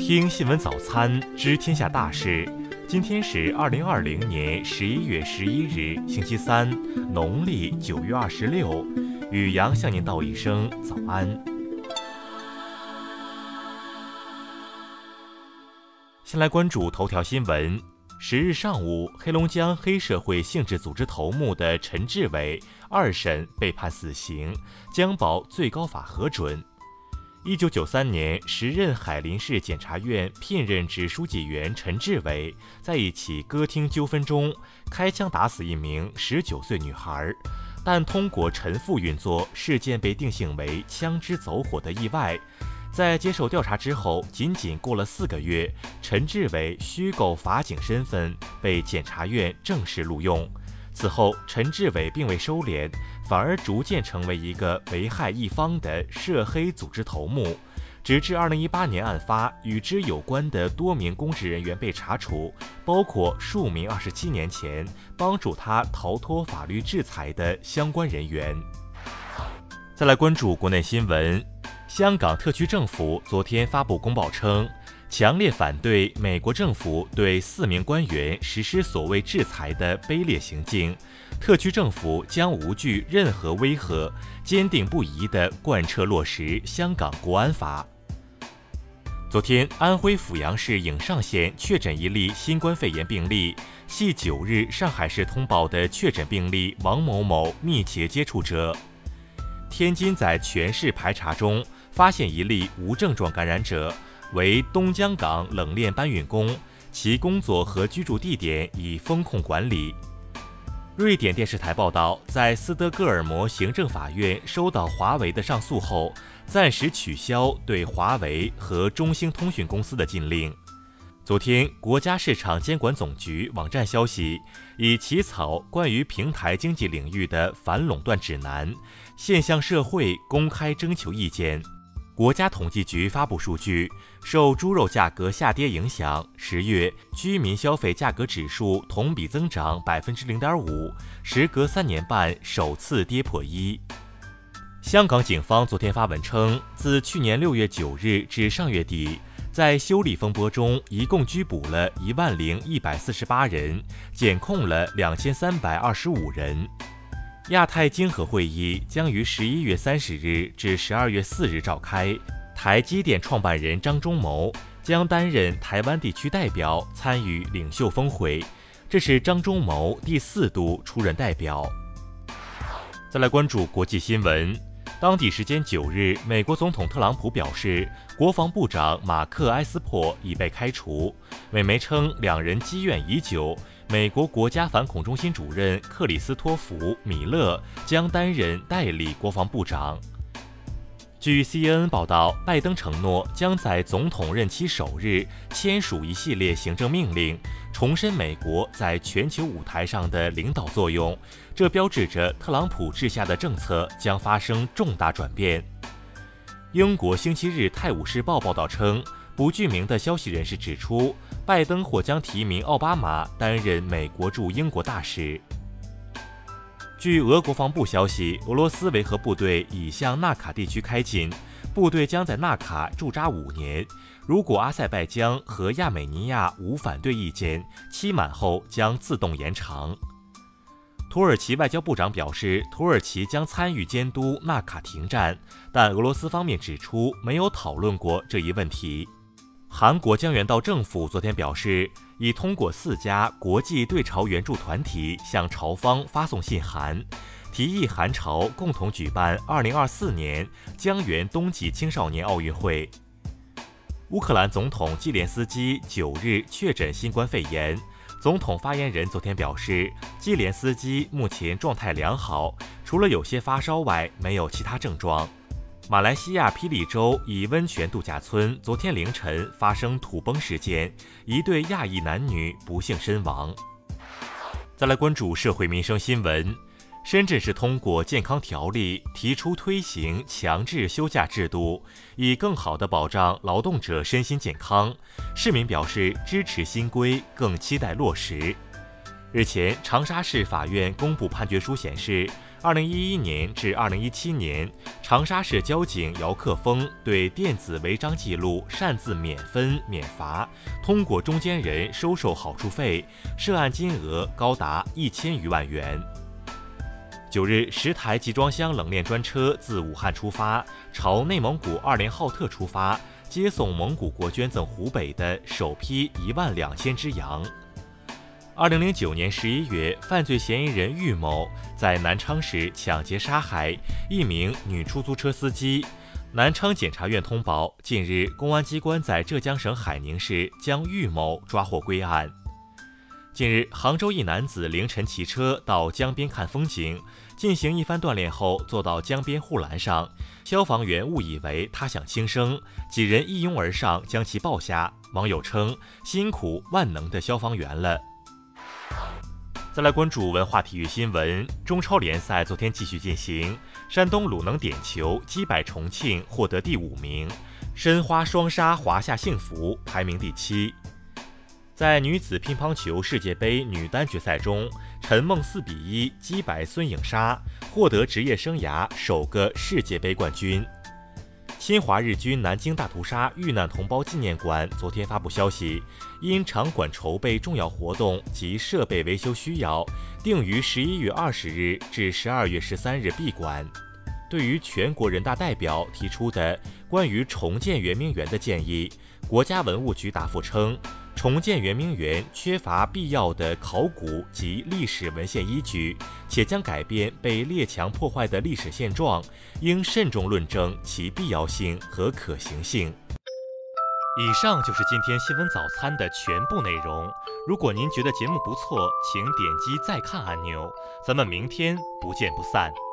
听新闻早餐，知天下大事。今天是2020年11月11日，星期三，农历9月26。宇阳向您道一声早安。先来关注头条新闻。10日上午，黑龙江黑社会性质组织头目的陈志伟2审被判死刑，将保最高法核准。1993年，时任海林市检察院聘任直书记员陈志伟在一起歌厅纠纷中开枪打死一名19岁女孩，但通过陈复运作，事件被定性为枪支走火的意外。在接受调查之后，仅过了4个月，陈志伟虚构法警身份，被检察院正式录用。此后，陈志伟并未收敛，反而逐渐成为一个危害一方的涉黑组织头目。直至2018年案发，与之有关的多名公职人员被查处，包括数名27年前帮助他逃脱法律制裁的相关人员。再来关注国内新闻。香港特区政府昨天发布公报称，强烈反对美国政府对4名官员实施所谓制裁的卑劣行径，特区政府将无惧任何威吓，坚定不移地贯彻落实香港国安法。昨天，安徽阜阳市颍上县确诊一例新冠肺炎病例，系9日上海市通报的确诊病例王某某密切接触者。天津在全市排查中发现一例无症状感染者，为东江港冷链搬运工，其工作和居住地点已封控管理。瑞典电视台报道，在斯德哥尔摩行政法院收到华为的上诉后，暂时取消对华为和中兴通讯公司的禁令。昨天，国家市场监管总局网站消息，已起草关于平台经济领域的反垄断指南，现向社会公开征求意见。国家统计局发布数据，受猪肉价格下跌影响，10月居民消费价格指数同比增长 0.5%， 时隔3年半首次跌破1。香港警方昨天发文称，自去年6月9日至上月底，在修例风波中，一共拘捕了10148人，检控了2325人。亚太经合会议将于11月30日至12月4日召开，台积电创办人张忠谋将担任台湾地区代表，参与领袖峰会，这是张忠谋第4度出任代表。再来关注国际新闻。当地时间9日，美国总统特朗普表示，国防部长马克·埃斯珀已被开除。美媒称，两人积怨已久。美国国家反恐中心主任克里斯托弗·米勒将担任代理国防部长。据 CNN 报道，拜登承诺将在总统任期首日签署一系列行政命令，重申美国在全球舞台上的领导作用。这标志着特朗普治下的政策将发生重大转变。英国星期日《泰晤士报》报道称，不具名的消息人士指出，拜登或将提名奥巴马担任美国驻英国大使。据俄国防部消息，俄罗斯维和部队已向纳卡地区开进，部队将在纳卡驻扎5年。如果阿塞拜疆和亚美尼亚无反对意见，期满后将自动延长。土耳其外交部长表示，土耳其将参与监督纳卡停战，但俄罗斯方面指出没有讨论过这一问题。韩国江原道政府昨天表示，已通过4家国际对朝援助团体向朝方发送信函，提议韩朝共同举办2024年江原冬季青少年奥运会。乌克兰总统基连斯基9日确诊新冠肺炎。总统发言人昨天表示，基连斯基目前状态良好，除了有些发烧外，没有其他症状。马来西亚霹雳州一温泉度假村昨天凌晨发生土崩事件，一对亚裔男女不幸身亡。再来关注社会民生新闻。深圳市通过健康条例提出推行强制休假制度，以更好地保障劳动者身心健康。市民表示支持新规，更期待落实。日前，长沙市法院公布判决书显示 2011年至2017年，长沙市交警姚克峰对电子违章记录擅自免分免罚，通过中间人收受好处费，涉案金额高达1000余万元。9日，10台集装箱冷链专车自武汉出发，朝内蒙古2连浩特出发，接送蒙古国捐赠湖北的首批12000只羊。2009年11月，犯罪嫌疑人郁某在南昌市抢劫杀害一名女出租车司机。南昌检察院通报，近日公安机关在浙江省海宁市将郁某抓获归案。近日，杭州一男子凌晨骑车到江边看风景，进行一番锻炼后，坐到江边护栏上，消防员误以为他想轻生，几人一拥而上将其抱下。网友称：辛苦万能的消防员了。再来关注文化体育新闻。中超联赛昨天继续进行，山东鲁能点球击败重庆，获得第5名，申花双杀华夏幸福，排名第7。在女子乒乓球世界杯女单决赛中，陈梦4比1击败孙颖莎，获得职业生涯首个世界杯冠军。侵华日军南京大屠杀遇难同胞纪念馆昨天发布消息，因场馆筹备重要活动及设备维修需要，定于11月20日至12月13日闭馆。对于全国人大代表提出的关于重建圆明园的建议，国家文物局答复称，重建圆明园缺乏必要的考古及历史文献依据，且将改变被列强破坏的历史现状，应慎重论证其必要性和可行性。以上就是今天新闻早餐的全部内容。如果您觉得节目不错，请点击再看按钮。咱们明天不见不散。